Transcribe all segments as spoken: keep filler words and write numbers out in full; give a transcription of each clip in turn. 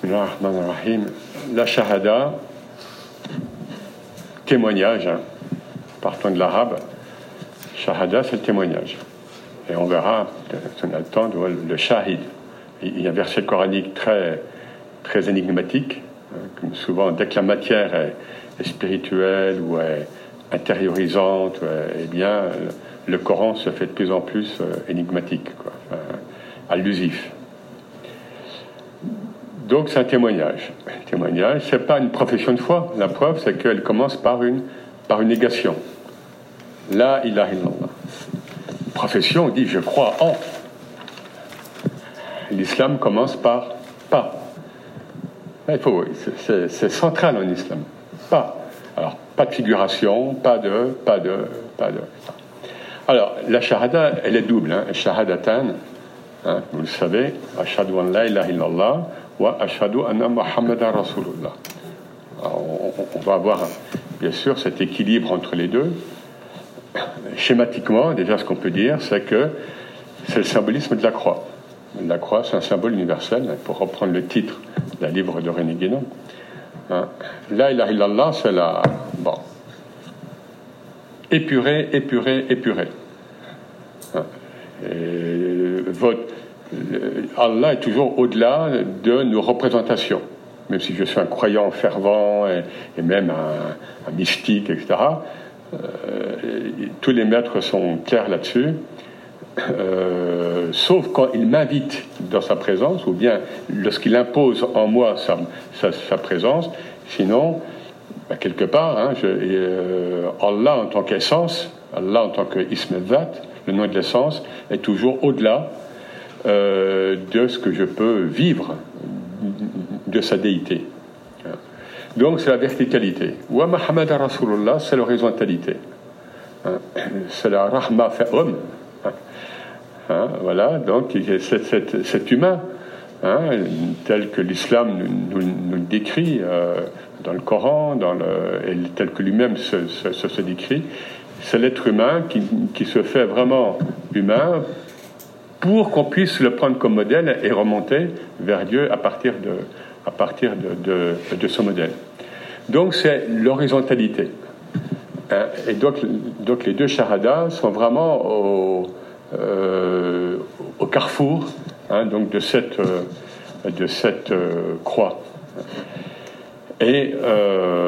Bismillah ar-Rahman ar-Rahim. La shahada, témoignage, hein. Partons de l'arabe. Shahada, c'est le témoignage. Et on verra, si on a le temps, de voir le shahid. Il y a un verset coranique très, très énigmatique, hein, comme souvent, dès que la matière est, est spirituelle ou est intériorisante, ouais, eh bien, le Coran se fait de plus en plus euh, énigmatique, quoi, enfin, allusif. Donc, c'est un témoignage. Un témoignage, c'est pas une profession de foi. La preuve, c'est qu'elle commence par une, par une négation. La ilaha illallah. Profession, on dit je crois en. L'islam commence par pas. Il faut, c'est, c'est central en islam. Pas. Alors, pas de figuration, pas de, pas de, pas de. Alors, la shahada, elle est double. Hein, shahadatan, hein, vous le savez, ashhadu an la ilaha illallah wa ashhadu anna Muhammadan Rasulullah. Alors, on, on va avoir, bien sûr, cet équilibre entre les deux. Schématiquement, déjà, ce qu'on peut dire, c'est que c'est le symbolisme de la croix. La croix, c'est un symbole universel, pour reprendre le titre d'un livre de René Guénon. Hein. La ilaha illallah, c'est la. Bon. Épuré, épuré, épuré. Hein. Et votre, Allah est toujours au-delà de nos représentations. Même si je suis un croyant fervent et, et même un, un mystique, et cetera, euh, tous les maîtres sont clairs là-dessus. Euh, sauf quand il m'invite dans sa présence, ou bien lorsqu'il impose en moi sa, sa, sa présence. Sinon, bah, quelque part, hein, je, euh, Allah en tant qu'essence, Allah en tant que Ism al-Dhat, le nom de l'essence, est toujours au-delà euh, de ce que je peux vivre de sa déité. Donc c'est la verticalité. Wa Muhammad Rasulullah, c'est l'horizontalité. C'est la rahma fait homme. Hein, voilà, donc cet, cet, cet humain, hein, tel que l'islam nous, nous, nous le décrit euh, dans le Coran, dans le, et tel que lui-même se, se, se, se décrit, c'est l'être humain qui, qui se fait vraiment humain pour qu'on puisse le prendre comme modèle et remonter vers Dieu à partir de, à partir de, de, de ce modèle. Donc c'est l'horizontalité. Hein, et donc, donc les deux shahadas sont vraiment au Euh, au carrefour, hein, donc de cette, euh, de cette euh, croix. Et euh,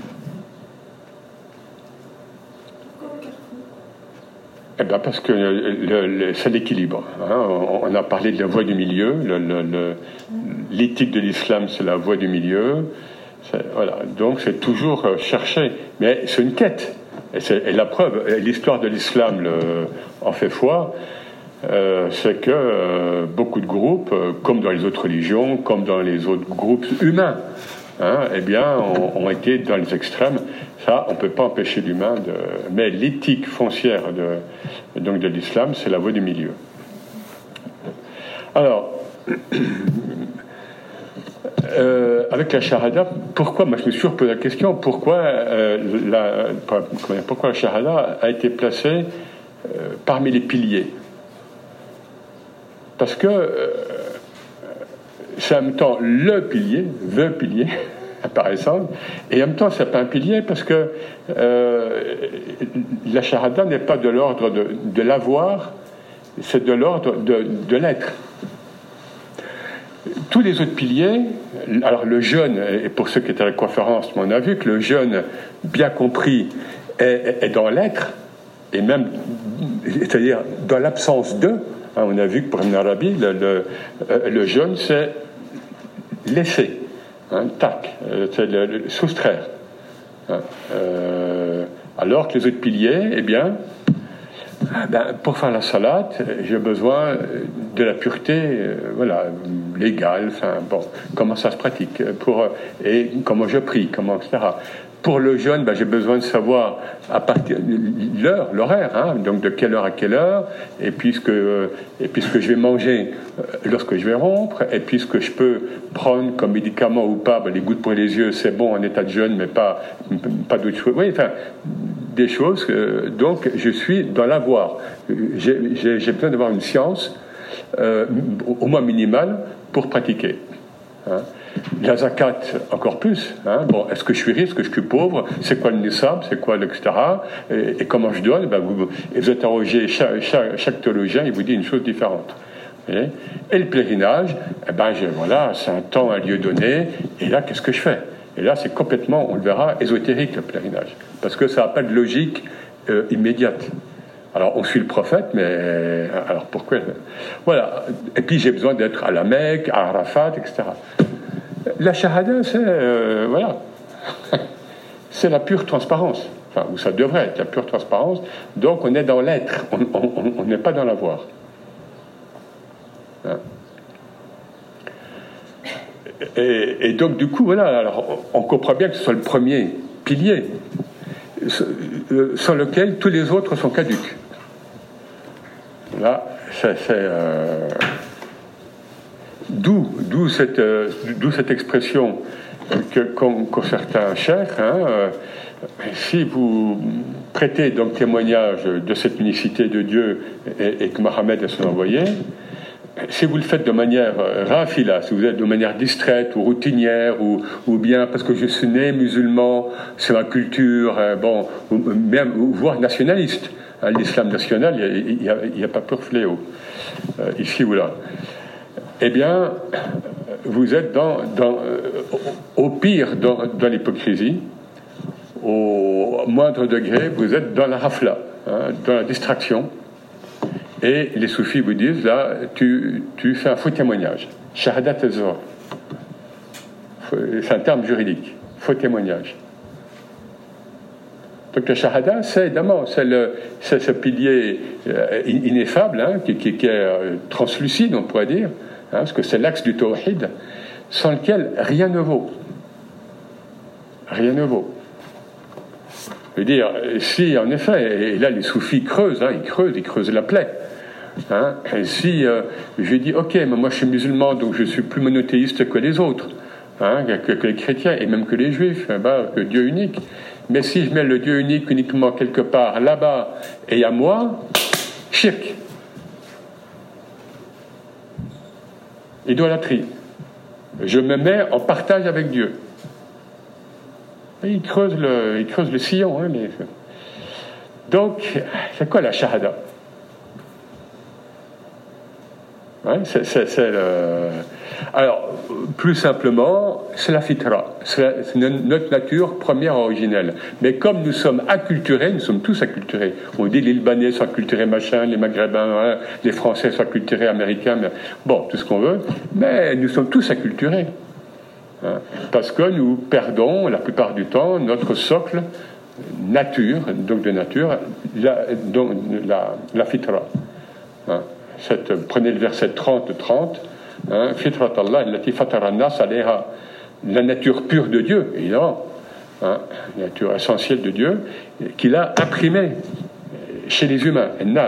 eh ben parce que le, le, c'est l'équilibre. Hein. On, on a parlé de la voie du milieu. Le, le, le, l'éthique de l'islam, c'est la voie du milieu. C'est, voilà. Donc c'est toujours chercher. Mais c'est une quête. Et, c'est, et la preuve, et l'histoire de l'islam le, en fait foi, euh, c'est que euh, beaucoup de groupes, euh, comme dans les autres religions, comme dans les autres groupes humains, hein, eh bien, ont, ont été dans les extrêmes. Ça, on ne peut pas empêcher l'humain de. Mais l'éthique foncière de, donc de l'islam, c'est la voie du milieu. Alors. Euh, avec la shahada, pourquoi, moi je me suis posé la question, pourquoi, euh, la, pourquoi la shahada a été placée euh, parmi les piliers? Parce que euh, c'est en même temps le pilier, le pilier, par exemple, et en même temps c'est pas un pilier parce que euh, la shahada n'est pas de l'ordre de, de l'avoir, c'est de l'ordre de, de l'être. Tous les autres piliers, alors le jeûne, et pour ceux qui étaient à la conférence, on a vu que le jeûne, bien compris, est, est dans l'être, et même, c'est-à-dire dans l'absence de. Hein, on a vu que pour Ibn Arabi, le, le, le jeûne, c'est laisser, hein, tac, c'est le, le soustraire. Hein, euh, alors que les autres piliers, eh bien, ben, pour faire la salate, j'ai besoin de la pureté, euh, voilà, légale. Enfin, bon, comment ça se pratique pour, et comment je prie, comment, et cetera. Pour le jeûne, ben, j'ai besoin de savoir à partir de l'heure, l'horaire, hein, donc de quelle heure à quelle heure, et puis ce que, euh, et puis ce que je vais manger lorsque je vais rompre, et puis ce que je peux prendre comme médicament ou pas. Ben, les gouttes pour les yeux, c'est bon en état de jeûne, mais pas, pas d'autres choses. Oui, enfin. Des choses, euh, donc je suis dans l'avoir. J'ai, j'ai, j'ai besoin d'avoir une science, euh, au moins minimale, pour pratiquer. Hein. La zakat, encore plus. Hein. Bon, est-ce que je suis riche, est-ce que je suis pauvre? C'est quoi le nisab? C'est quoi le et cetera. Et, et comment je donne? Ben, vous, vous interrogez chaque, chaque, chaque théologien, il vous dit une chose différente. Et, et le pèlerinage, eh ben, je, voilà, c'est un temps, un lieu donné. Et là, qu'est-ce que je fais? Et là, c'est complètement, on le verra, ésotérique, le pèlerinage. Parce que ça n'a pas de logique euh, immédiate. Alors, on suit le prophète, mais alors pourquoi? Voilà. Et puis, j'ai besoin d'être à la Mecque, à Arafat, et cetera. La shahada, c'est euh, voilà, c'est la pure transparence. Enfin, ou ça devrait être la pure transparence. Donc, on est dans l'être, on n'est pas dans l'avoir. Hein. Et, et donc, du coup, voilà. Alors, on comprend bien que ce soit le premier pilier sans lequel tous les autres sont caduques. Là, c'est, c'est euh, d'où, d'où cette, euh, d'où cette expression que, qu'ont, qu'ont certains chers. Hein, euh, si vous prêtez donc témoignage de cette unicité de Dieu et, et que Mohammed est son envoyé, si vous le faites de manière rafila, si vous êtes de manière distraite ou routinière, ou, ou bien parce que je suis né musulman, c'est ma culture, hein, bon, ou même, ou, voire nationaliste, hein, l'islam national, il n'y a, a, a pas pur fléau, euh, ici ou là, eh bien, vous êtes dans, dans, euh, au pire dans, dans l'hypocrisie, au moindre degré, vous êtes dans la rafla, hein, dans la distraction. Et les soufis vous disent, là, tu, tu fais un faux témoignage. Shahadat az-zur. C'est un terme juridique. Faux témoignage. Donc le shahada, c'est évidemment, c'est, le, c'est ce pilier euh, ineffable, hein, qui, qui, qui est euh, translucide, on pourrait dire, hein, parce que c'est l'axe du tawhid, sans lequel rien ne vaut. Rien ne vaut. Je veux dire, si en effet, et là les soufis creusent, hein, ils creusent, ils creusent la plaie. Hein, et si euh, je dis, ok, mais moi je suis musulman, donc je suis plus monothéiste que les autres, hein, que, que les chrétiens, et même que les juifs, hein, bah, que Dieu unique. Mais si je mets le Dieu unique uniquement quelque part là-bas et à moi, shirk. Idolâtrie. Je me mets en partage avec Dieu. Et il creuse le, il creuse le sillon. Hein, les... Donc, c'est quoi la shahada? Ouais, c'est, c'est, c'est le... Alors, plus simplement, c'est la fitra, c'est, la, c'est notre nature première originelle. Mais comme nous sommes acculturés, nous sommes tous acculturés. On dit les Libanais sont acculturés machin, les Maghrébins, hein, les Français sont acculturés américains, mais, bon, tout ce qu'on veut. Mais nous sommes tous acculturés. Hein, parce que nous perdons, la plupart du temps, notre socle nature, donc de nature, la, donc la, la fitra. Hein. Cette, prenez le verset trente trente, hein, Fitrat Allah, allati fatara an-nas alayha, la nature pure de Dieu, évidemment, hein, la nature essentielle de Dieu, qu'il a imprimée chez les humains, Nas.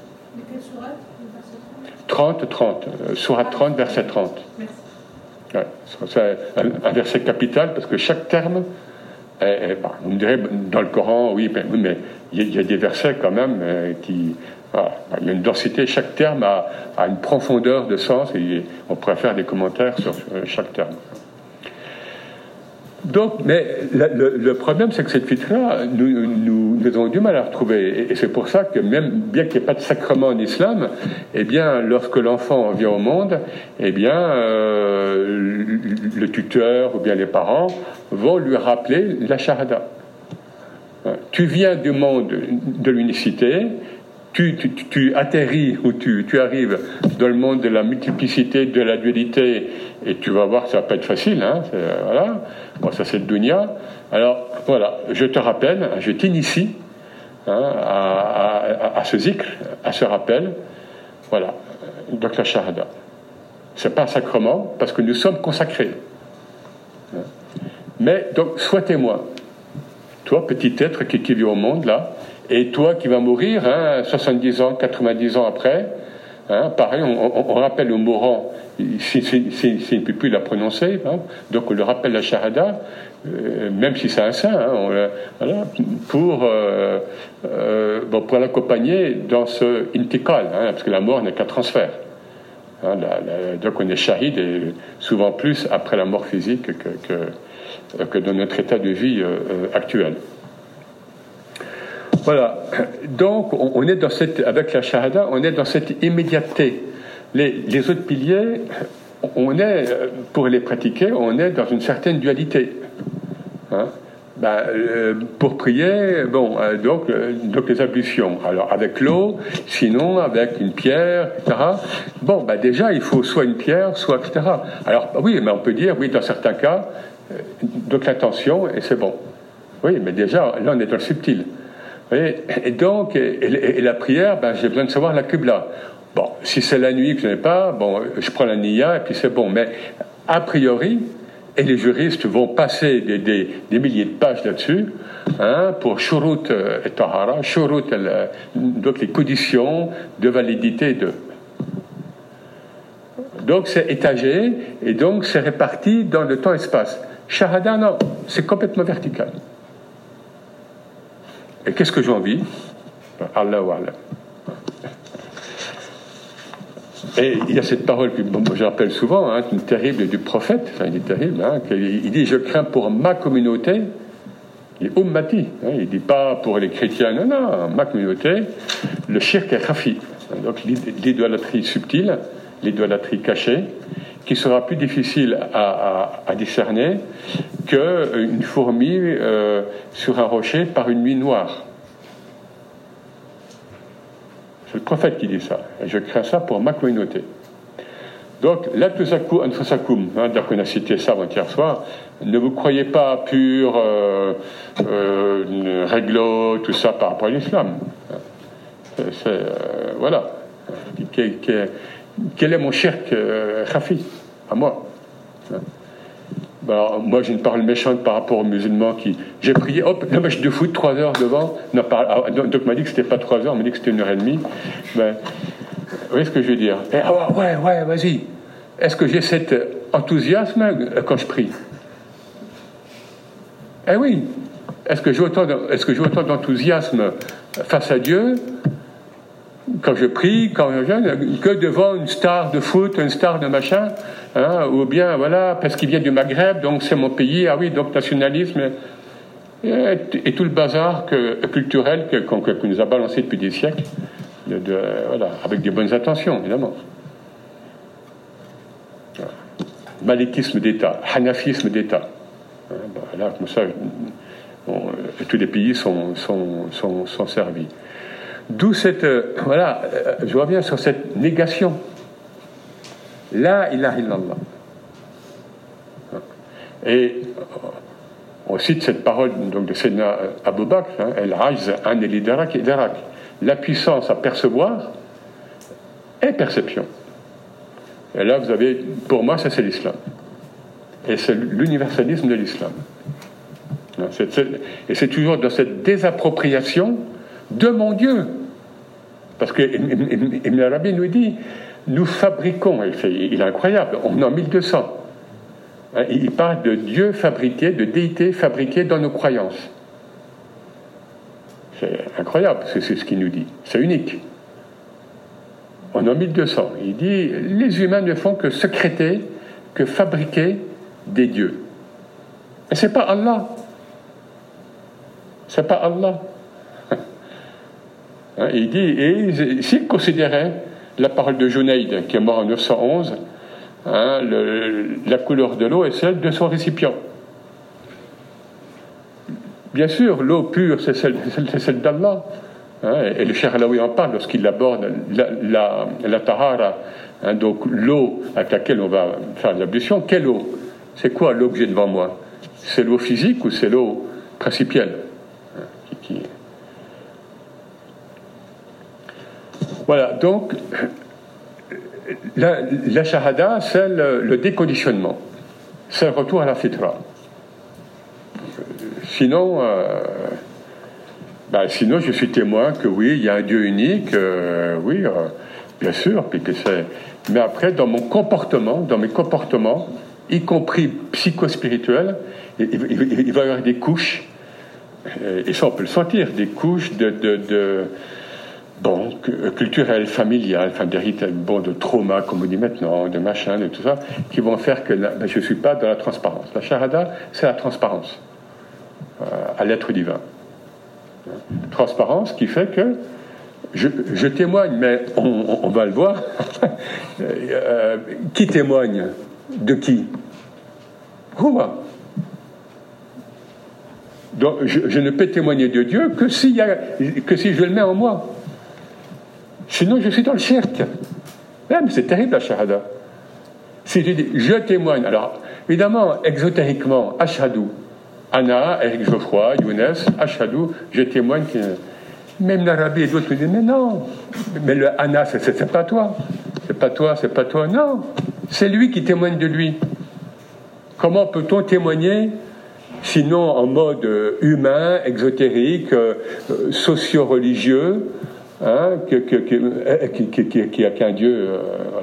trente trente, Surat trente, verset trente. Ouais, c'est un, un verset capital parce que chaque terme, est, est, bah, vous me direz, dans le Coran, oui, mais, mais il y, y a des versets quand même euh, qui. Voilà. Il y a une densité, chaque terme a, a une profondeur de sens et on pourrait faire des commentaires sur, sur chaque terme. Donc, mais la, le, le problème, c'est que cette fitra, nous, nous, nous avons du mal à retrouver. Et, et c'est pour ça que même, bien qu'il n'y ait pas de sacrement en islam, eh bien, lorsque l'enfant vient au monde, eh bien, euh, le tuteur ou bien les parents vont lui rappeler la shahada. Tu viens du monde de l'unicité, Tu, tu, tu atterris ou tu, tu arrives dans le monde de la multiplicité, de la dualité, et tu vas voir que ça va pas être facile, hein, c'est, voilà. Bon, ça c'est le dunya. Alors voilà, je te rappelle, je t'initie hein, à, à, à ce zikr, à ce rappel, voilà, donc la shahada. C'est pas un sacrement parce que nous sommes consacrés. Mais donc sois témoin, toi petit être qui, qui vit au monde là. Et toi qui vas mourir, hein, soixante-dix ans, quatre-vingt-dix ans après, hein, pareil, on, on, on rappelle au mourant, s'il si, si, si, ne peut plus la prononcer, hein, donc on le rappelle la shahada, euh, même si c'est un saint, hein, on, voilà, pour, euh, euh, bon, pour l'accompagner dans ce intikal, hein, parce que la mort n'est qu'un transfert. Hein, la, la, donc on est shahid, et souvent plus après la mort physique que, que, que dans notre état de vie euh, actuel. Voilà. Donc on, on est dans cette, avec la shahada, on est dans cette immédiateté. Les, les autres piliers, on est, pour les pratiquer, on est dans une certaine dualité. Hein? Ben, euh, pour prier, bon, euh, donc, euh, donc les ablutions. Alors avec l'eau, sinon avec une pierre, et cetera. Bon, ben déjà il faut soit une pierre, soit et cetera. Alors oui, mais on peut dire, oui, dans certains cas, euh, donc l'intention et c'est bon. Oui, mais déjà là on est dans le subtil. Vous voyez, et donc et, et, et la prière, ben j'ai besoin de savoir la qibla. Bon, si c'est la nuit que je n'ai pas, bon, je prends la niya et puis c'est bon. Mais a priori. Et les juristes vont passer des, des, des milliers de pages là-dessus, hein, pour shurut et tahara, shurut, donc les conditions de validité de. Donc c'est étagé, et donc c'est réparti dans le temps-espace. Shahada, non, c'est complètement vertical. Et qu'est-ce que j'ai envie ? Allah wa Allah. Et il y a cette parole que bon, je rappelle souvent, hein, une terrible du prophète, enfin, il est terrible, hein, il dit « Je crains pour ma communauté », il dit « Ummati hein, », il ne dit pas pour les chrétiens, non, non, ma communauté, le shirk est khafi, donc l'idolâtrie subtile, l'idolâtrie cachée, qui sera plus difficile à, à, à discerner qu'une fourmi euh, sur un rocher par une nuit noire. C'est le prophète qui dit ça. Et je crains ça pour ma communauté. Donc, la tuzaku anfusakum, hein, donc on a cité ça avant-hier soir, ne vous croyez pas pur, euh, euh, réglo, tout ça par rapport à l'islam. C'est, c'est, euh, voilà. Quel, quel, quel est mon shirk euh, khafi à moi hein. Alors, moi, j'ai une parole méchante par rapport aux musulmans qui... J'ai prié, hop, le match de foot, trois heures devant. Non, par, donc, on m'a dit que c'était pas trois heures, on m'a dit que c'était une heure et demie. Ben, vous voyez ce que je veux dire ? Et, ah, ouais, ouais, vas-y. Est-ce que j'ai cet enthousiasme quand je prie ? Eh oui. Est-ce que j'ai autant, de, est-ce que j'ai autant d'enthousiasme face à Dieu quand je prie, quand je jeûne, que devant une star de foot, une star de machin, hein, ou bien, voilà, parce qu'il vient du Maghreb, donc c'est mon pays, ah oui, donc nationalisme, et, et tout le bazar que, culturel que, qu'on, que nous a balancé depuis des siècles, de, de, voilà, avec des bonnes intentions, évidemment. Voilà. Malikisme d'État, hanafisme d'État. Hein, ben, là, comme ça, bon, tous les pays sont, sont, sont, sont servis. D'où cette, euh, voilà, euh, je reviens sur cette négation. La ilaha illallah. Et on cite cette parole donc, de Sayyidina Abu Bakr, hein, El Ajz an el idrak idrak. La puissance à percevoir est perception. Et là, vous avez, pour moi, ça c'est l'islam. Et c'est l'universalisme de l'islam. C'est, c'est, et c'est toujours dans cette désappropriation de mon Dieu. Parce que Ibn Arabi nous dit, nous fabriquons, il est incroyable, on est en mille deux cents. Il parle de Dieu fabriqué, de déité fabriquée dans nos croyances. C'est incroyable, c'est ce qu'il nous dit. C'est unique. On est en mille deux cents. Il dit, les humains ne font que sécréter, que fabriquer des dieux. Et c'est pas Allah. C'est pas Allah. Hein, il dit, et s'il considérait la parole de Junayd, qui est mort en neuf cent onze, hein, le, la couleur de l'eau est celle de son récipient. Bien sûr, l'eau pure, c'est celle, c'est celle d'Allah. Hein, et le Cheikh Alaoui en parle lorsqu'il aborde la, la, la tahara, hein, donc l'eau avec laquelle on va faire l'ablution. Quelle eau ? C'est quoi l'eau que j'ai devant moi ? C'est l'eau physique ou c'est l'eau principielle ? Hein, qui, qui... Voilà, donc, la, la shahada, c'est le, le déconditionnement. C'est le retour à la fitra. Sinon, euh, ben, sinon, je suis témoin que oui, il y a un Dieu unique, euh, oui, euh, bien sûr, puis que c'est... mais après, dans mon comportement, dans mes comportements, y compris psychospirituels, il, il, il va y avoir des couches, et ça on peut le sentir, des couches de... de, de bon, culturelles, familiales, enfin, des rites bon, de trauma, comme on dit maintenant, de machin, de tout ça, qui vont faire que là, ben, je ne suis pas dans la transparence. La shahada, c'est la transparence euh, à l'être divin. Transparence qui fait que je, je témoigne, mais on, on va le voir. euh, qui témoigne de qui? Moi. Donc, je, je ne peux témoigner de Dieu que, s'il y a, que si je le mets en moi. Sinon, je suis dans le shirk. Ah, mais c'est terrible la shahada. Si je dis, je témoigne, alors, évidemment, exotériquement, ashhadu, Anna, Eric Geoffroy, Younes, ashhadu, je témoigne. Que... Même l'Arabie et d'autres me disent, mais non, mais le Anna, c'est, c'est, c'est pas toi. C'est pas toi, c'est pas toi. Non, c'est lui qui témoigne de lui. Comment peut-on témoigner sinon en mode humain, exotérique, euh, socio-religieux, hein, que, que, que, qui, qui, qui, qui a qu'un Dieu, euh,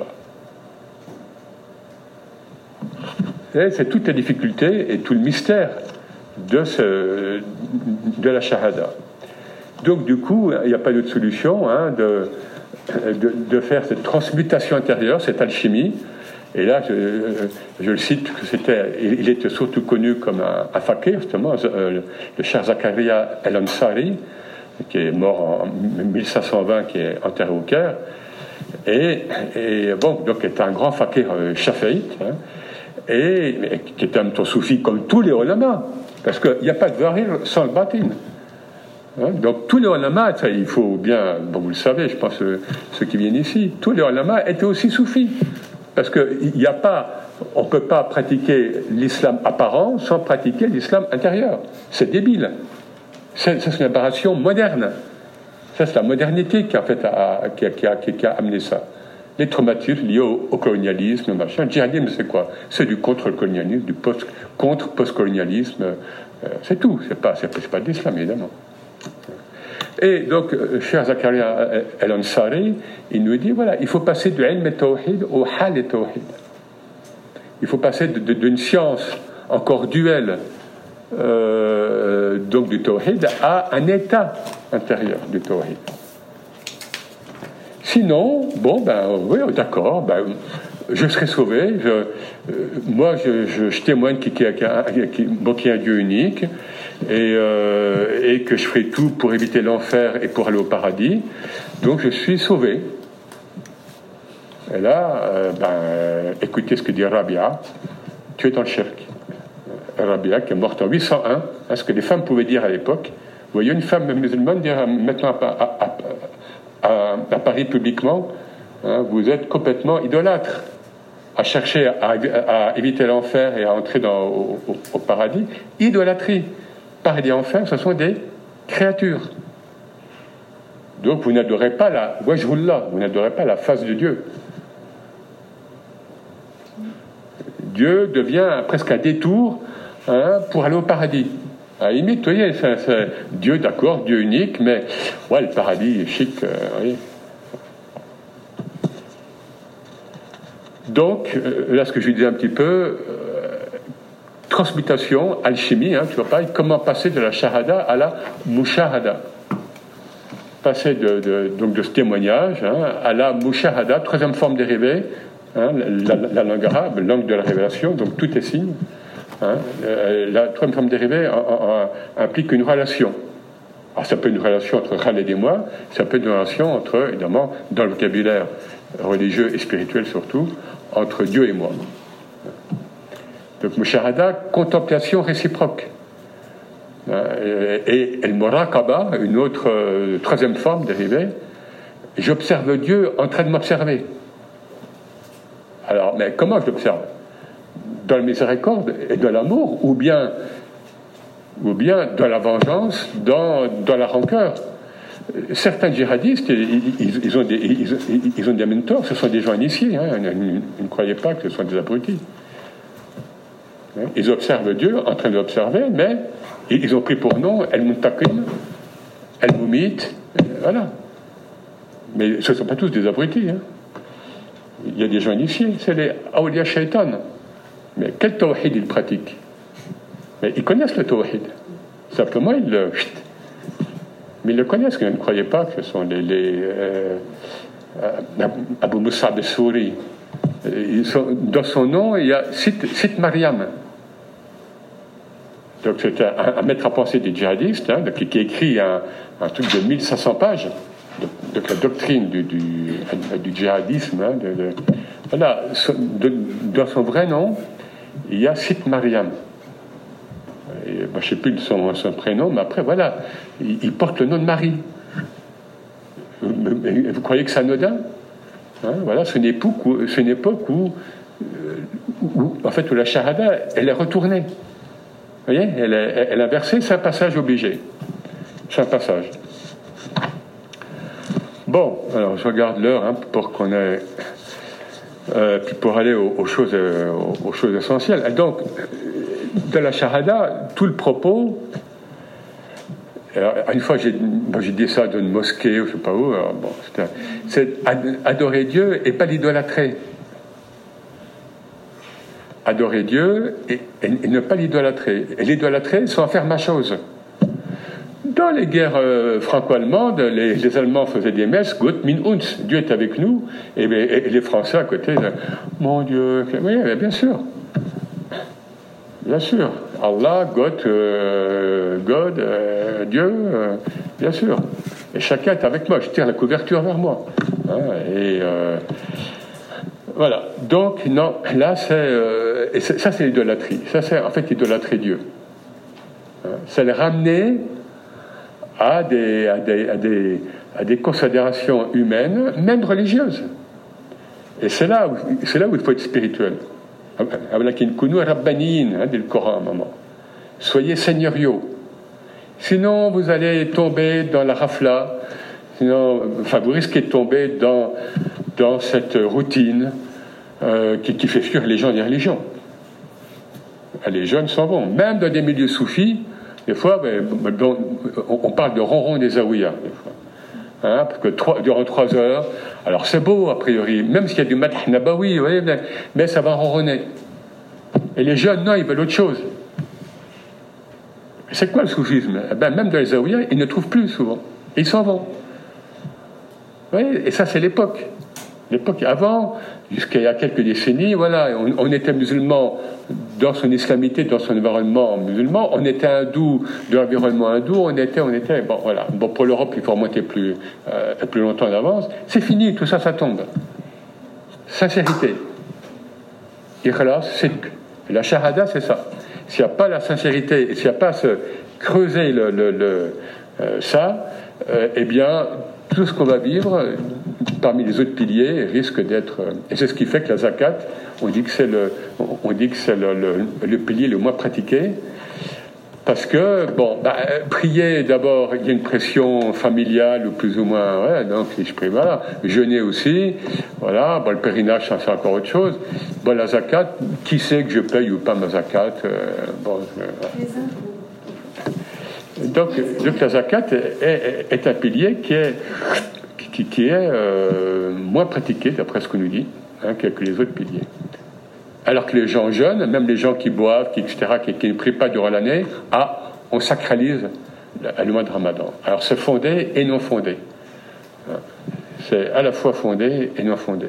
voilà. Et c'est toute la difficulté et tout le mystère de, ce, de la shahada. Donc du coup, il n'y a pas d'autre solution hein, de, de, de faire cette transmutation intérieure, cette alchimie. Et là, je, je le cite, que c'était, il était surtout connu comme un, un fakir, justement, le, le cher Zakaria El-Ansari, qui est mort en mille cinq cent vingt, qui est enterré au Caire, et, et bon, donc était un grand fakir shafiite, hein, et, et qui était un temps soufi comme tous les ulamas, parce qu'il n'y a pas de zahir sans le batin. Hein, donc tous les ulamas, ça, il faut bien, bon, vous le savez, je pense ceux qui viennent ici, tous les ulamas étaient aussi soufis. Parce qu'il n'y a pas, on ne peut pas pratiquer l'islam apparent sans pratiquer l'islam intérieur. C'est débile. C'est, c'est une aberration moderne. Ça, c'est la modernité qui, en fait, a, qui, a, qui, a, qui a amené ça. Les traumatismes liés au, au colonialisme, le machin. Le djihadisme, c'est quoi? C'est du contre-colonialisme, du post, contre-postcolonialisme. Euh, c'est tout. C'est pas, c'est, c'est pas de l'islam, évidemment. Et donc, cher Zakaria El-Ansari, il nous dit, voilà, il faut passer de ilm et-tawhid au hal et-tawhid. Il faut passer de, de, d'une science encore duelle, euh, donc du tawhid, à un état intérieur du tawhid. Sinon, bon, ben, oui, d'accord, ben, je serai sauvé. Je, euh, moi, je, je, je témoigne qu'il y a, qu'il y a un Dieu unique. Et, euh, et que je ferai tout pour éviter l'enfer et pour aller au paradis. Donc je suis sauvé. Et là, euh, ben, écoutez ce que dit Rabia. Tu es dans le shirk. Rabia qui est morte en huit cent un. Hein, ce que les femmes pouvaient dire à l'époque. Vous voyez une femme musulmane dire maintenant à, à, à, à Paris publiquement, hein, vous êtes complètement idolâtre. À chercher à, à éviter l'enfer et à entrer dans, au, au, au paradis. Idolâtrie. Paradis et enfer, ce sont des créatures. Donc vous n'adorez pas la wajhullah, vous n'adorez pas la face de Dieu. Dieu devient presque un détour hein, pour aller au paradis. À la limite, vous voyez, c'est, c'est Dieu, d'accord, Dieu unique, mais ouais, le paradis est chic, euh, vous voyez. Donc, euh, là, ce que je disais un petit peu, euh, transmutation, alchimie, hein, tu vois pas, comment passer de la shahada à la mushahada. Passer de, de, donc de ce témoignage hein, à la mushahada, troisième forme dérivée, hein, la, la, la langue arabe, langue de la révélation, donc tout est signe. Hein, la troisième forme dérivée en, en, en, implique une relation. Alors ça peut être une relation entre Khaled et moi, ça peut être une relation entre, évidemment, dans le vocabulaire religieux et spirituel surtout, entre Dieu et moi. Donc, mushahada, contemplation réciproque. Et el muraqaba, une autre euh, troisième forme dérivée, j'observe Dieu en train de m'observer. Alors, mais comment je l'observe? Dans la miséricorde et dans l'amour, ou bien, ou bien dans la vengeance, dans, dans la rancœur. Certains djihadistes, ils, ils, ils, ont des, ils, ils ont des mentors, ce sont des gens initiés, hein, ils ne croyaient pas que ce sont des abrutis. Ils observent Dieu en train de l'observer, mais ils ont pris pour nom El-Muntaqin, El-Mumit, voilà. Mais ce ne sont pas tous des abrutis. Hein. Il y a des gens initiés, c'est les Awliya Shaitan. Mais quel tawhid ils pratiquent? Mais ils connaissent le tawhid. Simplement, ils le... Mais ils le connaissent, ils ne croyaient pas que ce sont les, les euh, Abu Musab al-Souri. Dans son nom, il y a Sit Mariam. Donc c'est un, un maître à penser des djihadistes, hein, qui, qui écrit un, un truc de mille cinq cents pages, de, de la doctrine du, du, du djihadisme. Hein, de, de, voilà, de, dans son vrai nom, il y a Sit Mariam. Et, ben, je ne sais plus son, son prénom, mais après, voilà, il, il porte le nom de Marie. Vous croyez que c'est anodin, hein, voilà, c'est une époque où, c'est une époque où, où, en fait, où la shahada, elle est retournée. Vous voyez, elle, est, elle a versé, c'est un passage obligé. C'est un passage. Bon, alors je regarde l'heure, hein, pour qu'on ait, euh, puis pour aller aux, aux choses, euh, aux, aux choses essentielles. Et donc, de la shahada, tout le propos. Alors, une fois, j'ai, bon, j'ai dit ça dans une mosquée, ou je ne sais pas où. Alors, bon, c'est, c'est adorer Dieu et pas l'idolâtrer. Adorer Dieu et, et, et ne pas l'idolâtrer. Et l'idolâtrer, c'est en faire ma chose. Dans les guerres euh, franco-allemandes, les, les Allemands faisaient des messes, Gott min uns, Dieu est avec nous, et, et, et les Français à côté, mon Dieu, oui, bien sûr. Bien sûr, Allah, God, euh, God, euh, Dieu, euh, bien sûr. Et chacun est avec moi, je tire la couverture vers moi. Hein, et euh, voilà. Donc, non, là, c'est, euh, et c'est, ça, c'est l'idolâtrie. Ça, c'est en fait idolâtrer Dieu. Hein, c'est le ramener à des, à des, à des, à des considérations humaines, même religieuses. Et c'est là où, c'est là où il faut être spirituel. Hein, dit le Coran à un moment. Soyez seigneuriaux. Sinon, vous allez tomber dans la rafla. Sinon, enfin, vous risquez de tomber dans, dans cette routine euh, qui, qui fait fuir les gens des religions. Les jeunes s'en vont. Même dans des milieux soufis, des fois, ben, on, on parle de ronron des zaouïas. Des fois. Hein, parce que trois, durant trois heures, alors c'est beau a priori, même s'il y a du madh nabawi, vous voyez, mais ça va ronronner. Et les jeunes, non, ils veulent autre chose. C'est quoi le soufisme? Eh ben, même dans les zaouïas, ils ne trouvent plus souvent. Et ils s'en vont. Vous voyez, et ça, c'est l'époque. L'époque avant, jusqu'à il y a quelques décennies, voilà, on, on était musulmans dans son islamité, dans son environnement musulman, on était hindou de l'environnement hindou, on était, on était, bon voilà, bon pour l'Europe il faut remonter plus, euh, plus longtemps d'avance, c'est fini, tout ça, ça tombe. Sincérité. Ikhlas, c'est la shahada, c'est ça. S'il n'y a pas la sincérité, et s'il n'y a pas ce creuser le, le, le euh, ça, euh, eh bien, tout ce qu'on va vivre parmi les autres piliers risque d'être... Et c'est ce qui fait que la zakat, on dit que c'est le, on dit que c'est le, le, le pilier le moins pratiqué, parce que, bon, bah, prier d'abord, il y a une pression familiale, ou plus ou moins, ouais, donc si je prie, voilà, jeûner aussi, voilà, bon, le pèlerinage, ça c'est encore autre chose. Bon, la zakat, qui sait que je paye ou pas ma zakat, euh, bon... Euh, Donc, donc la zakat est, est, est un pilier qui est, qui, qui est euh, moins pratiqué, d'après ce qu'on nous dit, hein, que, que les autres piliers. Alors que les gens jeunes, même les gens qui boivent, qui, et cetera, qui, qui ne prient pas durant l'année, ah, on sacralise le mois de Ramadan. Alors c'est fondé et non fondé. C'est à la fois fondé et non fondé.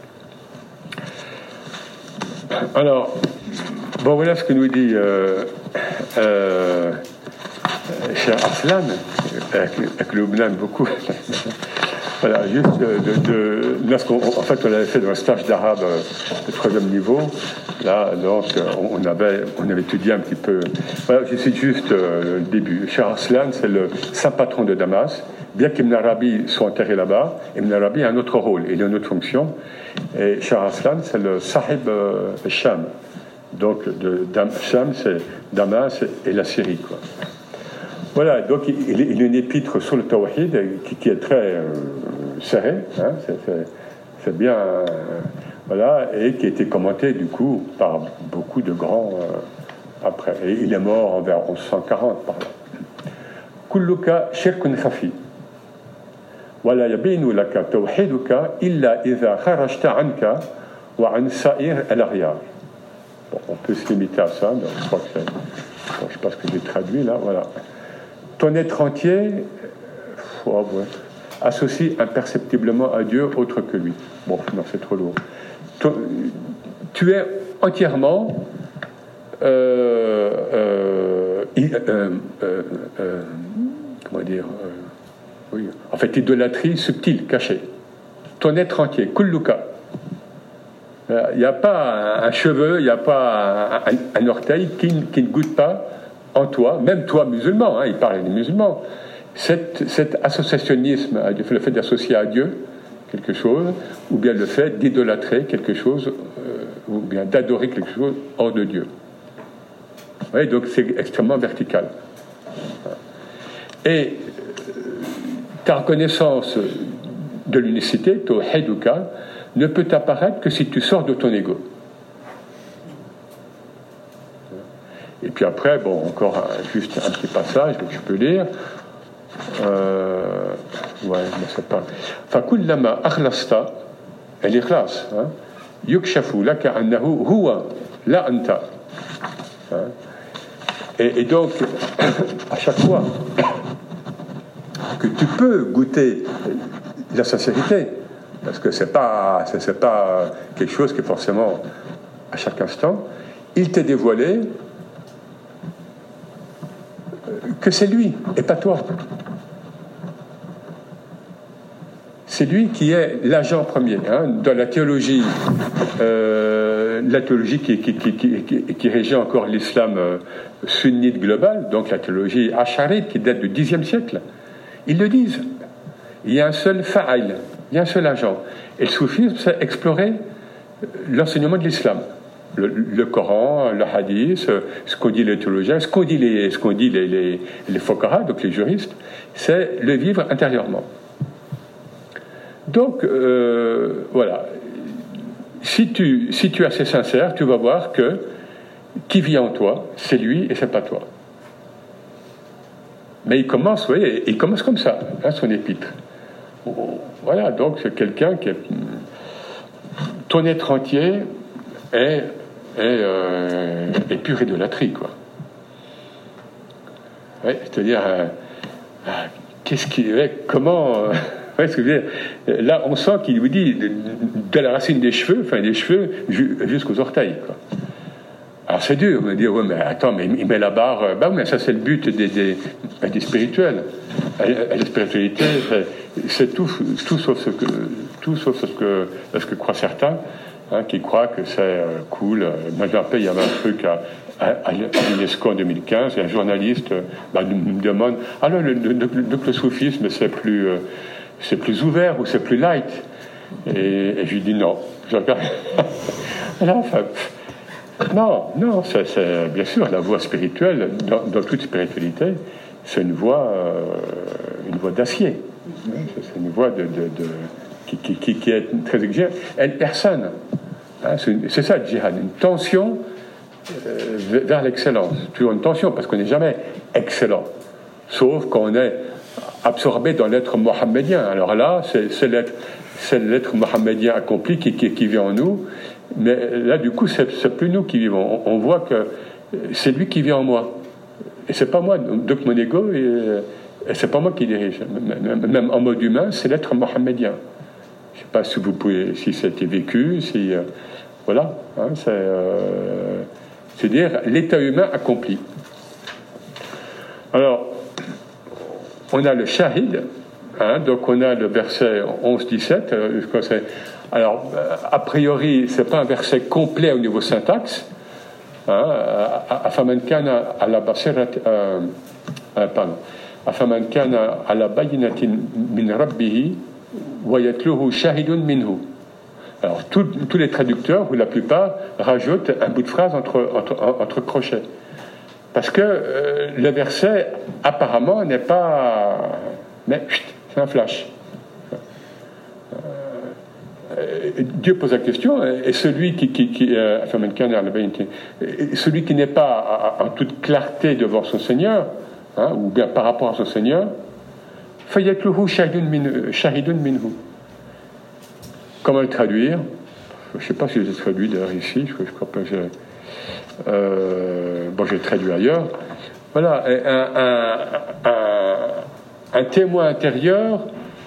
Alors, bon, voilà ce que nous dit... Euh, euh, Cher Arslan, avec, avec le Lubnan beaucoup. Voilà, juste de, de, de lorsqu'on, en fait, on avait fait dans un stage d'arabe de troisième niveau. Là, donc, on avait, on avait étudié un petit peu. Voilà, je cite juste euh, le début. Cher Arslan, c'est le saint patron de Damas. Bien qu'Ibn Arabi soit enterré là-bas, Ibn Arabi a un autre rôle, il a une autre fonction. Et Cher Arslan, c'est le Sahib euh, Sham. Donc, de, Dam, Sham, c'est Damas et la Syrie, quoi. Voilà, donc il, il a une épître sur le Tawhid qui, qui est très euh, serrée, hein, c'est, c'est, c'est bien, euh, voilà, et qui a été commentée du coup par beaucoup de grands euh, après. Et il est mort vers onze cent quarante par là. Kulluka shirkun khafi. Wala yabinu laka tawhiduka illa idha kharajta anka wa an sa'ir al-aghyar. Bon, on peut se limiter à ça, donc je crois que c'est, bon, je sais pas ce que j'ai traduit là, voilà. Ton être entier soit, ouais, associe imperceptiblement à Dieu autre que lui. Bon, non, c'est trop lourd. Tu, tu es entièrement euh, euh, euh, euh, euh, comment dire euh, oui, en fait, idolâtrie subtile, cachée. Ton être entier, kulluka. Il n'y a pas un, un cheveu, il n'y a pas un, un, un orteil qui, qui ne goûte pas en toi, même toi musulman, hein, il parle des musulmans. Cet, cet associationnisme, le fait d'associer à Dieu quelque chose, ou bien le fait d'idolâtrer quelque chose, euh, ou bien d'adorer quelque chose hors de Dieu. Oui, donc c'est extrêmement vertical. Et ta reconnaissance de l'unicité, tawhiduka, ne peut apparaître que si tu sors de ton ego. Et puis après, bon, encore un, juste un petit passage que je peux lire. Euh, ouais, mais c'est pas. فَكُلَّمَا أَخْلَصْتَ الْإِخْلَاص يُكْشَفُ لَكَ أَنَّهُ هُوَ لَا أَنْتَ. Et, et donc, à chaque fois que tu peux goûter la sincérité, parce que c'est pas, c'est, c'est pas quelque chose qui est forcément à chaque instant, il t'est dévoilé que c'est lui et pas toi. C'est lui qui est l'agent premier. Hein. Dans la théologie, euh, la théologie qui, qui, qui, qui, qui, qui régit encore l'islam euh, sunnite global, donc la théologie acharite qui date du dixième siècle, ils le disent. Il y a un seul fa'il, il y a un seul agent. Et le soufisme, c'est explorer l'enseignement de l'islam. Le, le Coran, le hadith, ce qu'on dit les théologiens, ce qu'on dit les, ce qu'on dit les, les, les fuqaha, donc les juristes, c'est le vivre intérieurement. Donc, euh, voilà. Si tu, si tu es assez sincère, tu vas voir que qui vit en toi, c'est lui et c'est pas toi. Mais il commence, vous voyez, il commence comme ça, hein, son épître. Voilà, donc c'est quelqu'un qui est. Ton être entier est, est, euh, est pure idolâtrie, quoi. Ouais, c'est-à-dire, euh, euh, qu'est-ce qui. Ouais, comment. Euh, ouais, ce que je veux dire, là, on sent qu'il vous dit de, de la racine des cheveux, enfin des cheveux jusqu'aux orteils, quoi. Alors c'est dur de me dire, ouais, mais attends, mais il met la barre. Bah oui, mais ça c'est le but des, des, des spirituels. Et la spiritualité, c'est, c'est tout, tout sauf ce que, tout sauf ce que, ce que croient certains, hein, qui croient que c'est euh, cool. Moi, je me rappelle, il y avait un truc à, à, à l'UNESCO en deux mille quinze, et un journaliste bah, me demande, alors le, le, le, le soufisme, c'est plus, euh, c'est plus ouvert ou c'est plus light? Et, et je lui dis non. Je regarde. Alors, enfin. Non, non, c'est, c'est bien sûr la voie spirituelle, dans, dans toute spiritualité, c'est une voie, euh, une voie d'acier. C'est une voie de, de, de, qui, qui, qui est très exigeante. Elle personne. Hein, c'est, une, c'est ça le djihad, une tension euh, vers l'excellence. Toujours une tension, parce qu'on n'est jamais excellent, sauf quand on est absorbé dans l'être mohammedien. Alors là, c'est, c'est, l'être, c'est l'être mohammedien accompli qui, qui, qui vit en nous. Mais là, du coup, c'est, c'est plus nous qui vivons. On, on voit que c'est lui qui vit en moi. Et c'est pas moi. Donc mon ego, et, et c'est pas moi qui dirige. Même, même en mode humain, c'est l'être mohammedien. Je sais pas si vous pouvez, si ça a été vécu, si euh, voilà. Hein, c'est, euh, c'est-à-dire l'état humain accompli. Alors, on a le shahid. Hein, donc on a le verset onze dix-sept. Euh, c'est, alors, a priori, c'est pas un verset complet au niveau syntaxe. Afaman kana ala basirat, pardon. Afaman kana ala bayinatin min rabbihi wa yatluhu shahidun minhu. Alors, tous les traducteurs, ou la plupart, rajoutent un bout de phrase entre, entre, entre crochets. Parce que euh, le verset, apparemment, n'est pas. Mais, chut, c'est un flash. Dieu pose la question, et celui qui, qui, qui euh, celui qui n'est pas en toute clarté devant son Seigneur, hein, ou bien par rapport à son Seigneur, shahidun minhu. Comment le traduire? Je ne sais pas si je l'ai traduit d'ailleurs ici, je, je crois pas que j'ai. Euh, bon, j'ai traduit ailleurs. Voilà, un, un, un, Un témoin intérieur,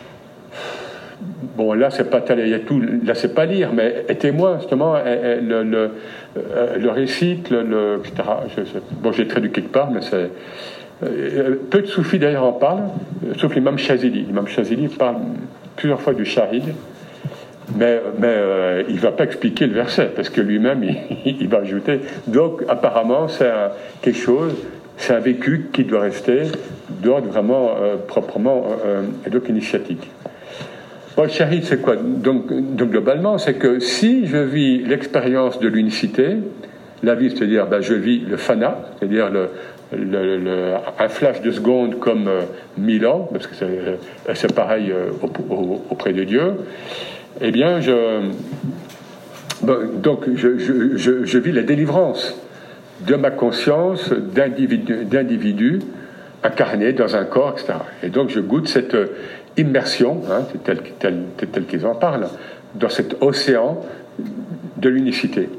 bon, là, c'est pas il y a tout, là, c'est pas lire, mais est témoin, justement, le, le, le récite, le, le, et cetera. Je, je, bon, j'ai traduit quelque part, mais c'est. Peu de soufis, d'ailleurs, en parlent, sauf l'imam Chazili. L'imam Chazili parle plusieurs fois du shahid, mais, mais euh, il ne va pas expliquer le verset, parce que lui-même, il, il va ajouter. Donc, apparemment, c'est un, quelque chose, c'est un vécu qui doit rester d'ordre vraiment euh, proprement euh, et donc initiatique. Bon, le shahid, c'est quoi donc, donc, globalement, c'est que si je vis l'expérience de l'unicité, la vie, c'est-à-dire, ben, je vis le fana, c'est-à-dire le, le, le, un flash de seconde comme euh, mille ans, parce que c'est, c'est pareil euh, auprès de Dieu, eh bien, je, bon, donc, je, je, je, je vis la délivrance de ma conscience d'individu, d'individu incarné dans un corps, et cetera. Et donc, je goûte cette immersion, hein, c'est tel, tel, tel, tel qu'ils en parlent, dans cet océan de l'unicité.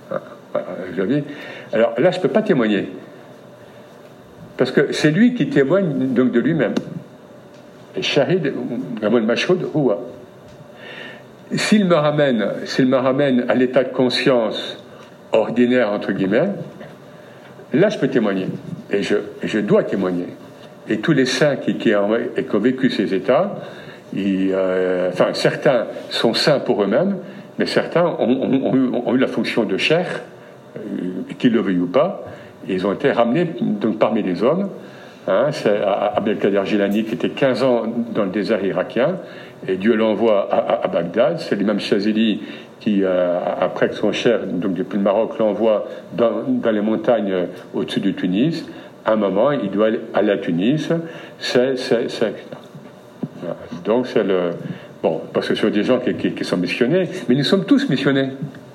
Alors là, je ne peux pas témoigner, parce que c'est lui qui témoigne donc de lui-même. Et Shahid, Ramon Mashoud, Houa. S'il me ramène, s'il me ramène à l'état de conscience ordinaire, entre guillemets, là, je peux témoigner. Et je, je dois témoigner. Et tous les saints qui, qui, ont, qui ont vécu ces états, ils, euh, enfin, certains sont saints pour eux-mêmes, mais certains ont, ont, ont, ont eu la fonction de chair, euh, qu'ils le veuillent ou pas. Ils ont été ramenés donc, parmi les hommes. Hein, c'est Abdelkader Jilani qui était quinze ans dans le désert irakien, et Dieu l'envoie à, à, à Bagdad. C'est l'imam Chazili qui, euh, après que son cher, donc depuis le Maroc, l'envoie dans, dans les montagnes au-dessus de Tunis. À un moment, il doit aller à la Tunis. C'est, c'est, c'est... Donc, c'est le. Bon, parce que ce sont des gens qui, qui, qui sont missionnés, mais nous sommes tous missionnés.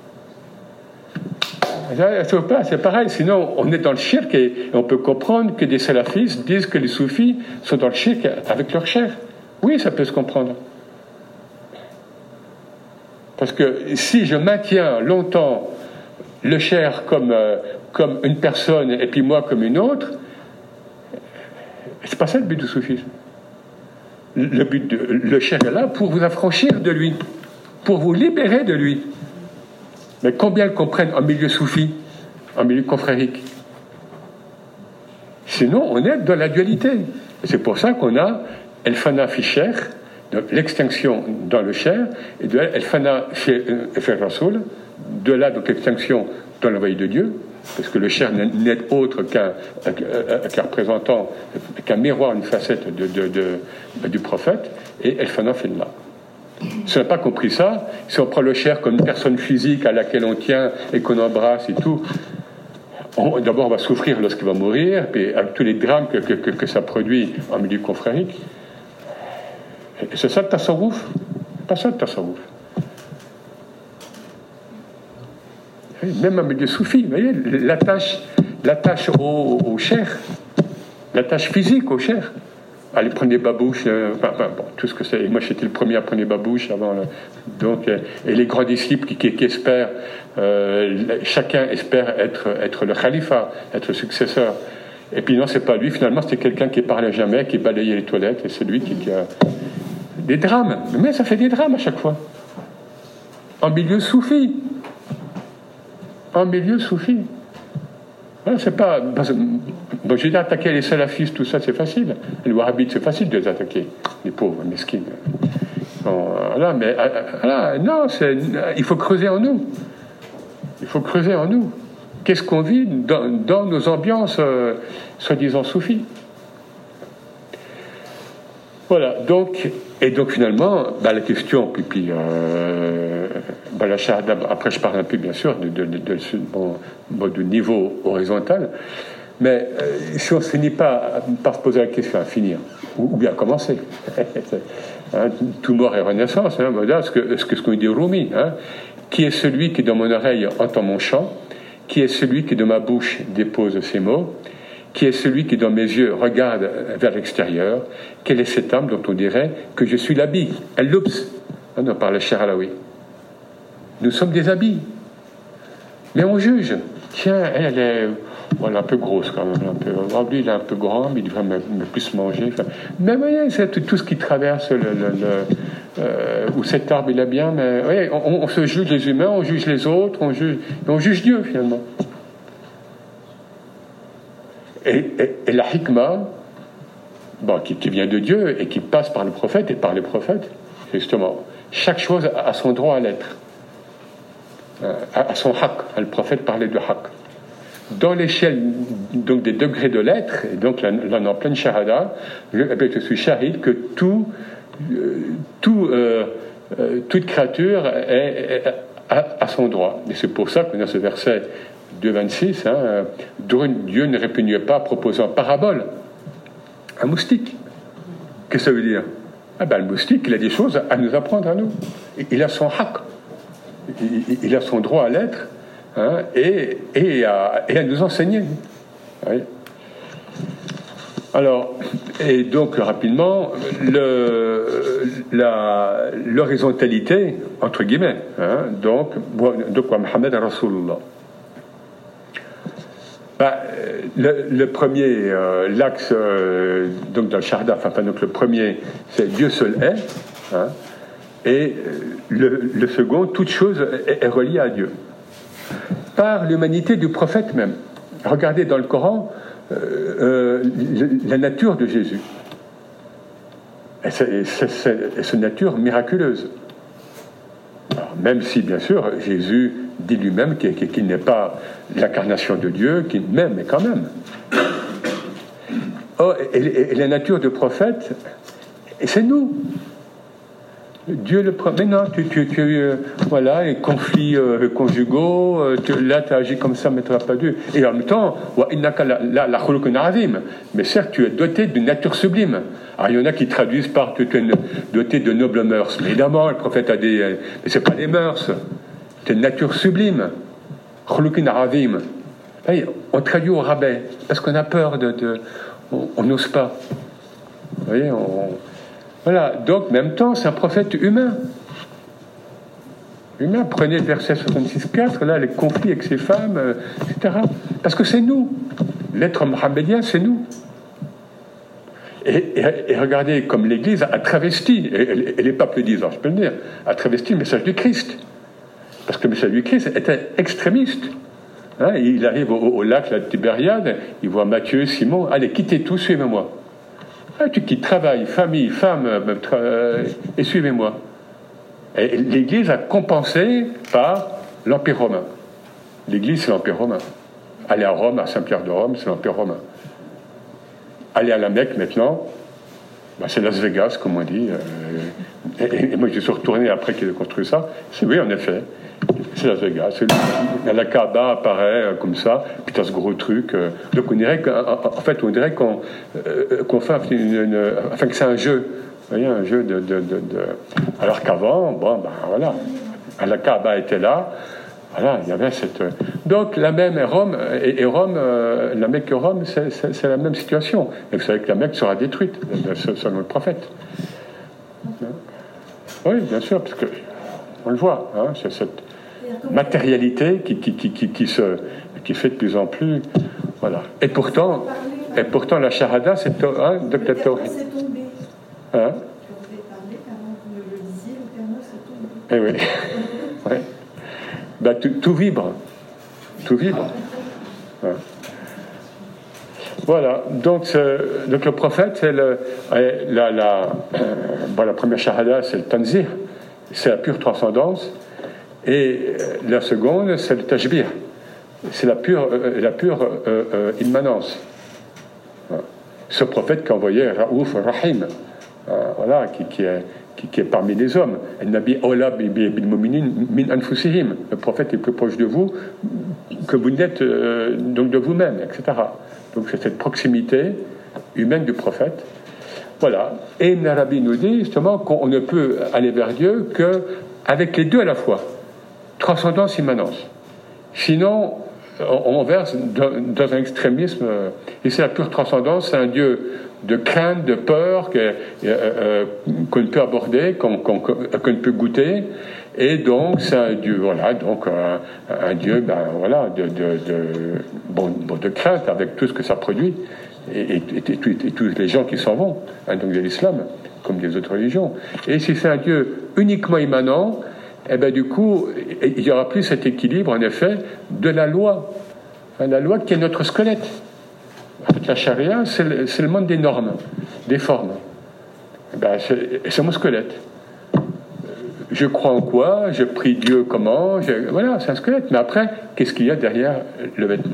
C'est pareil, sinon on est dans le shirk et on peut comprendre que des salafistes disent que les soufis sont dans le shirk avec leur chair. Oui, ça peut se comprendre. Parce que si je maintiens longtemps le chair comme, euh, comme une personne et puis moi comme une autre, c'est pas ça le but du soufisme. Le but de, le chair est là pour vous affranchir de lui, pour vous libérer de lui. Mais combien le comprennent en milieu soufi, en milieu confrérique? Sinon, on est dans la dualité. Et c'est pour ça qu'on a El Fana fi Cher, l'extinction dans le Cher, et de El Fana fi Rasoul, de là donc l'extinction dans l'envoyé de Dieu, parce que le Cher n'est autre qu'un, qu'un représentant, qu'un miroir, une facette de, de, de, du prophète, et El Fana fi Allah. Si on n'a pas compris ça, si on prend le chair comme une personne physique à laquelle on tient et qu'on embrasse et tout, on, d'abord on va souffrir lorsqu'il va mourir, puis avec tous les drames que, que, que ça produit en milieu confrérique. Et c'est ça le tasawwuf. Pas ça le tasawwuf. Même en milieu soufi, vous voyez, l'attache, l'attache au, au chair, l'attache physique au chair. Allez, prenez babouches, euh, enfin, enfin, bon, tout ce que c'est. Et moi, j'étais le premier à prendre babouches avant. Le, donc, euh, et les grands disciples qui, qui, qui espèrent, euh, chacun espère être, être le khalifa, être le successeur. Et puis non, c'est pas lui. Finalement, c'était quelqu'un qui parlait jamais, qui balayait les toilettes, et c'est lui qui, qui a des drames. Mais ça fait des drames à chaque fois. En milieu soufi. En milieu soufi. Non, c'est pas. Bon, j'ai dit attaquer les salafistes, tout ça, c'est facile. Les wahhabites, c'est facile de les attaquer, les pauvres, mesquines. Bon, voilà, mais voilà, non, c'est, il faut creuser en nous. Il faut creuser en nous. Qu'est-ce qu'on vit dans, dans nos ambiances, euh, soi-disant soufis? Voilà, donc, et donc finalement, bah, la question, puis, puis euh, bah, la shahada, après je parle un peu bien sûr de, de, de, de, bon, bon, du niveau horizontal, mais euh, si on ne finit pas par se poser la question à finir, ou, ou bien commencer, hein, tout mort et renaissance, hein, voilà, ce que ce que ce qu'on dit Rumi, hein, qui est celui qui dans mon oreille entend mon chant, qui est celui qui de ma bouche dépose ses mots, qui est celui qui dans mes yeux regarde vers l'extérieur, quelle est cette âme dont on dirait que je suis l'habit, elle l'oups, on en parle cher Alaoui. Nous sommes des habits, mais on juge. Tiens, elle est, Voilà, un peu grosse quand même. Un peu, oh, lui, il est un peu grand, mais il devrait me, me plus manger. Enfin, mais voyez, c'est tout, tout ce qui traverse le. le, le euh, où cet arbre il est bien, mais voyez, on, on se juge les humains, on juge les autres, on juge, on juge Dieu finalement. Et, et, et la hikmah, bon, qui, qui vient de Dieu et qui passe par le prophète et par les prophètes, justement, chaque chose a son droit à l'être, à son haq. Le prophète parlait de haq. Dans l'échelle donc des degrés de l'être, et donc là, là on est en pleine shahada, je, je suis shahid que tout, euh, tout, euh, euh, toute créature est, est, a, a son droit. Et c'est pour ça qu'on a ce verset deux vingt-six, hein, Dieu ne répugnait pas proposant parabole un moustique. Qu'est-ce que ça veut dire? Ah ben, le moustique, il a des choses à nous apprendre à nous. Il a son haq, il, il a son droit à l'être, hein, et, et, à, et à nous enseigner. Oui. Alors, et donc rapidement, le, la, l'horizontalité, entre guillemets, hein, donc, donc Mohammed Rasulullah. Bah, le, le premier, euh, l'axe euh, donc dans le Shahada, enfin donc le premier, c'est Dieu seul est, hein, et le, le second, toute chose est, est reliée à Dieu par l'humanité du prophète même. Regardez dans le Coran euh, euh, la nature de Jésus, et c'est, c'est, c'est, c'est une nature miraculeuse. Alors, même si bien sûr Jésus dit lui-même qu'il, qu'il n'est pas l'incarnation de Dieu, qu'il m'aime, mais quand même. Oh, et, et, et la nature de prophète, et c'est nous. Dieu le premier. Mais non, tu, tu, tu euh, voilà, les conflits euh, conjugaux, euh, tu, là tu agis comme ça, mais tu n'as pas dû. Et en même temps, mais certes, tu es doté d'une nature sublime. Alors il y en a qui traduisent par tu es doté de nobles mœurs. Mais évidemment, le prophète a des. Euh, mais c'est pas des mœurs, c'est une nature sublime. On traduit au rabais parce qu'on a peur de. de on n'ose pas. Vous voyez, on. Voilà, donc, en même temps, c'est un prophète humain. Humain, prenez le verset soixante-six quatre, là, les conflits avec ses femmes, euh, et cetera. Parce que c'est nous. L'être mohammedien, c'est nous. Et, et, et regardez comme l'Église a travesti, et, et les papes le disent, alors je peux le dire, a travesti le message du Christ. Parce que le message du Christ était extrémiste. Hein, il arrive au, au lac, la Tibériade, il voit Matthieu, Simon, allez, quittez tout, suivez-moi. Ah, tu quittes travail, famille, femme, euh, et suivez-moi. Et l'Église a compensé par l'Empire romain. L'Église, c'est l'Empire romain. Aller à Rome, à Saint-Pierre de Rome, c'est l'Empire romain. Aller à la Mecque, maintenant, ben, c'est Las Vegas, comme on dit. Euh, et, et moi, je suis retourné après qu'il ait construit ça. C'est oui, en effet. C'est Las Vegas. C'est le, la Kaaba apparaît euh, comme ça, puis t'as ce gros truc. Euh, donc on dirait qu'en en fait, on dirait qu'on, euh, qu'on fait une, une, enfin que c'est un jeu. Vous voyez, un jeu de, de, de, de... Alors qu'avant, bon, ben voilà, la Kaaba était là. Voilà, il y avait cette. Donc la même et Rome et, et Rome, euh, la Mecque et Rome, c'est, c'est, c'est la même situation. Et vous savez que la Mecque sera détruite selon le prophète. Oui, bien sûr, parce que on le voit, hein, c'est cette matérialité qui, qui, qui, qui, qui se qui fait de plus en plus, voilà. Et pourtant, et pourtant la Shahada, c'est hein, docteur Tawhid. Hein? Eh oui. Ouais. Ben, tout, tout vibre, tout vibre. Ouais. Voilà. Donc, donc le prophète, c'est le, la, la, euh, bon, la première shahada, c'est le tanzih, c'est la pure transcendance, et la seconde, c'est le tajbir, c'est la pure, euh, la pure euh, euh, immanence. Voilà. Ce prophète qui envoyait Raouf Rahim, euh, voilà, qui, qui est Qui, qui est parmi les hommes. Le prophète est plus proche de vous que vous n'êtes euh, donc de vous-même, et cetera. Donc c'est cette proximité humaine du prophète. Voilà. Et Ibn Arabi nous dit justement qu'on ne peut aller vers Dieu qu'avec les deux à la fois. Transcendance, immanence. Sinon, on, on verse dans, dans un extrémisme. Et c'est la pure transcendance, c'est un Dieu de crainte, de peur que, euh, euh, qu'on ne peut aborder, qu'on, qu'on, qu'on ne peut goûter. Et donc, c'est un Dieu, voilà, donc un, un Dieu, ben voilà, de, de, de, bon, bon, de crainte avec tout ce que ça produit, et, et, et, et, et tous les gens qui s'en vont, hein, donc de l'islam, comme des autres religions. Et si c'est un Dieu uniquement immanent, eh ben du coup, il n'y aura plus cet équilibre, en effet, de la loi. Enfin, la loi qui est notre squelette. En fait, la charia, c'est le, c'est le monde des normes, des formes. Eh ben, c'est, c'est mon squelette. Je crois en quoi, je prie Dieu comment, je, voilà, c'est un squelette. Mais après, qu'est-ce qu'il y a derrière le vêtement ?